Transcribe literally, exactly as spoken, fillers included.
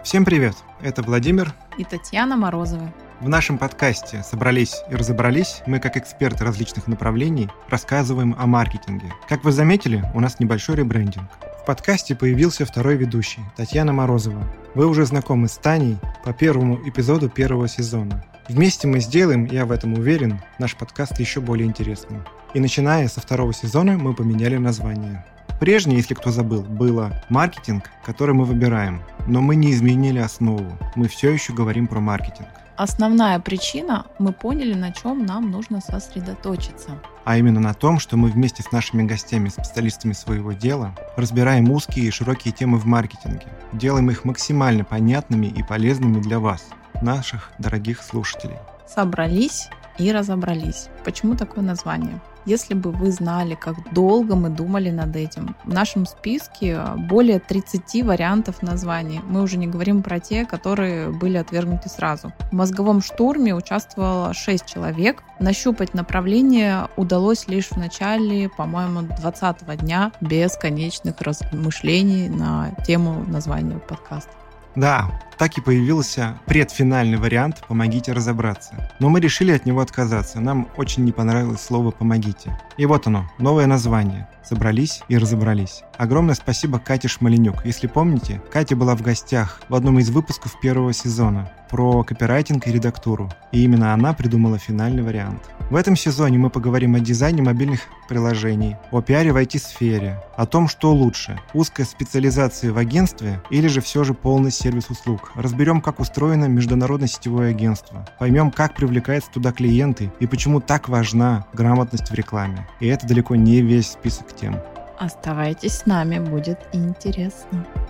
Всем привет! Это Владимир и Татьяна Морозова. В нашем подкасте «Собрались и разобрались» мы, как эксперты различных направлений, рассказываем о маркетинге. Как вы заметили, у нас небольшой ребрендинг. В подкасте появился второй ведущий, Татьяна Морозова. Вы уже знакомы с Таней по первому эпизоду первого сезона. Вместе мы сделаем, я в этом уверен, наш подкаст еще более интересным. И начиная со второго сезона мы поменяли название. Прежнее, если кто забыл, было «Маркетинг, который мы выбираем», но мы не изменили основу, мы все еще говорим про маркетинг. Основная причина – мы поняли, на чем нам нужно сосредоточиться. А именно на том, что мы вместе с нашими гостями, специалистами своего дела, разбираем узкие и широкие темы в маркетинге, делаем их максимально понятными и полезными для вас, наших дорогих слушателей. Собрались и разобрались. Почему такое название? Если бы вы знали, как долго мы думали над этим. В нашем списке более тридцать вариантов названий. Мы уже не говорим про те, которые были отвергнуты сразу. В мозговом штурме участвовало шесть человек. Нащупать направление удалось лишь в начале, по-моему, двадцатого дня, без конечных размышлений на тему названия подкаста. Да, так и появился предфинальный вариант «Помогите разобраться». Но мы решили от него отказаться. Нам очень не понравилось слово «помогите». И вот оно, новое название. Собрались и разобрались. Огромное спасибо Кате Шмаленюк. Если помните, Катя была в гостях в одном из выпусков первого сезона про копирайтинг и редактуру. И именно она придумала финальный вариант. В этом сезоне мы поговорим о дизайне мобильных приложений, о пиаре в ай ти-сфере, о том, что лучше – узкая специализация в агентстве или же все же полный сервис услуг. Разберем, как устроено международное сетевое агентство, поймем, как привлекаются туда клиенты и почему так важна грамотность в рекламе. И это далеко не весь список тем. Оставайтесь с нами, будет интересно.